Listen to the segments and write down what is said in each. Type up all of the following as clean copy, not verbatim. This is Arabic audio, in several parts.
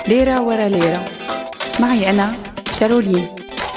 ليرة ورا ليرة، معي أنا كارولين.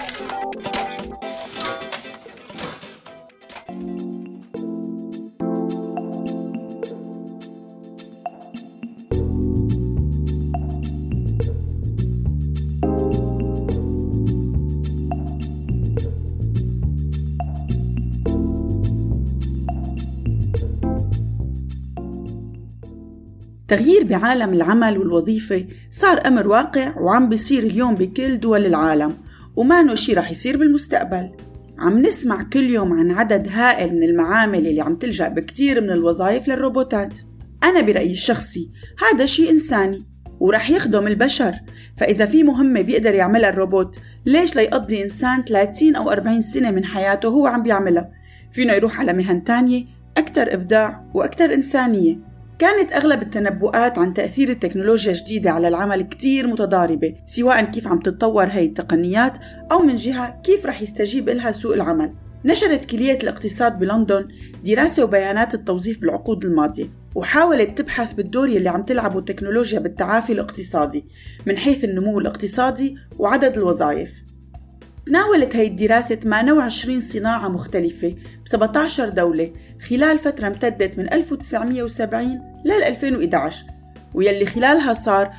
تغيير بعالم العمل والوظيفة صار أمر واقع وعم بيصير اليوم بكل دول العالم، وما شي رح يصير بالمستقبل. عم نسمع كل يوم عن عدد هائل من المعامل اللي عم تلجأ بكتير من الوظائف للروبوتات. أنا برأيي الشخصي هذا شي إنساني ورح يخدم البشر، فإذا في مهمة بيقدر يعملها الروبوت، ليش ليقضي إنسان 30 أو 40 سنة من حياته هو عم بيعملها؟ فينا يروح على مهن تانية أكتر إبداع وأكتر إنسانية. كانت أغلب التنبؤات عن تأثير التكنولوجيا الجديدة على العمل كتير متضاربة، سواء كيف عم تتطور هاي التقنيات أو من جهة كيف رح يستجيب إلها سوق العمل. نشرت كلية الاقتصاد بلندن دراسة وبيانات التوظيف بالعقود الماضية، وحاولت تبحث بالدور يلي عم تلعبه التكنولوجيا بالتعافي الاقتصادي من حيث النمو الاقتصادي وعدد الوظائف. تناولت هاي الدراسة 28 صناعة مختلفة ب17 دولة خلال فترة امتدت من 1970 لل 2011، ويلي خلالها صار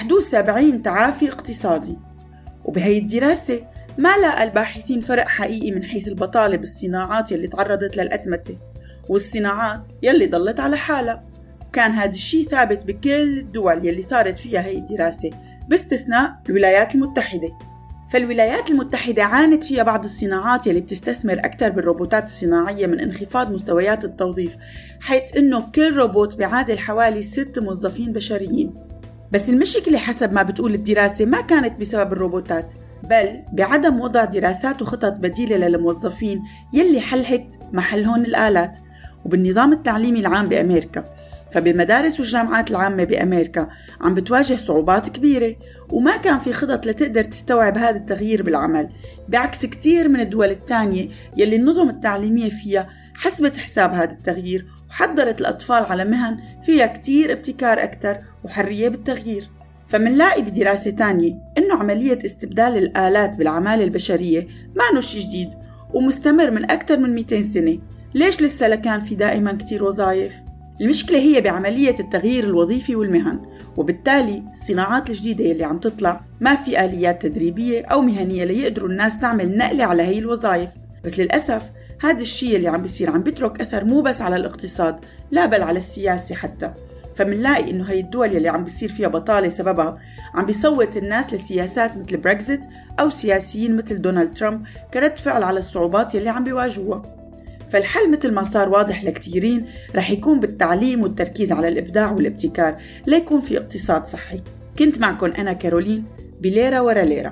71 تعافي اقتصادي. وبهاي الدراسة ما لقى الباحثين فرق حقيقي من حيث البطالة بالصناعات يلي تعرضت للأتمتة والصناعات يلي ضلت على حالها. وكان هذا الشيء ثابت بكل الدول يلي صارت فيها هاي الدراسة باستثناء الولايات المتحدة. فالولايات المتحدة عانت فيها بعض الصناعات يلي بتستثمر أكثر بالروبوتات الصناعية من انخفاض مستويات التوظيف، حيث إنه كل روبوت بيعادل حوالي 6 موظفين بشريين. بس المشكلة حسب ما بتقول الدراسة ما كانت بسبب الروبوتات، بل بعدم وضع دراسات وخطط بديلة للموظفين يلي حلت محلهم الآلات. وبالنظام التعليمي العام بأمريكا، فبالمدارس والجامعات العامة بأمريكا عم بتواجه صعوبات كبيرة، وما كان في خطط لتقدر تستوعب هذا التغيير بالعمل، بعكس كتير من الدول التانية يلي النظم التعليمية فيها حسبت حساب هذا التغيير وحضرت الأطفال على مهن فيها كتير ابتكار أكتر وحرية بالتغيير. فمنلاقي بدراسة تانية إنه عملية استبدال الآلات بالعمالة البشرية ما شي جديد ومستمر من أكتر من 200 سنة. ليش لسه لكان في دائما كتير وظائف؟ المشكلة هي بعملية التغيير الوظيفي والمهن، وبالتالي الصناعات الجديدة اللي عم تطلع ما في آليات تدريبية أو مهنية ليقدروا الناس تعمل نقلة على هاي الوظائف. بس للأسف هذا الشيء اللي عم بيصير عم بيترك أثر مو بس على الاقتصاد، لا بل على السياسة حتى. فمنلاقي إنه هاي الدول اللي عم بيصير فيها بطالة سببها عم بيصوت الناس لسياسات مثل بريكزيت أو سياسيين مثل دونالد ترامب كرد فعل على الصعوبات اللي عم بيواجهوها. فالحل مثل ما صار واضح لكتيرين رح يكون بالتعليم والتركيز على الإبداع والابتكار ليكون في اقتصاد صحي. كنت معكم أنا كارولين بليرة ورا ليرة.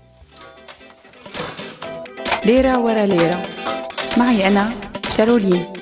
ليرة ورا ليرة، معي أنا كارولين.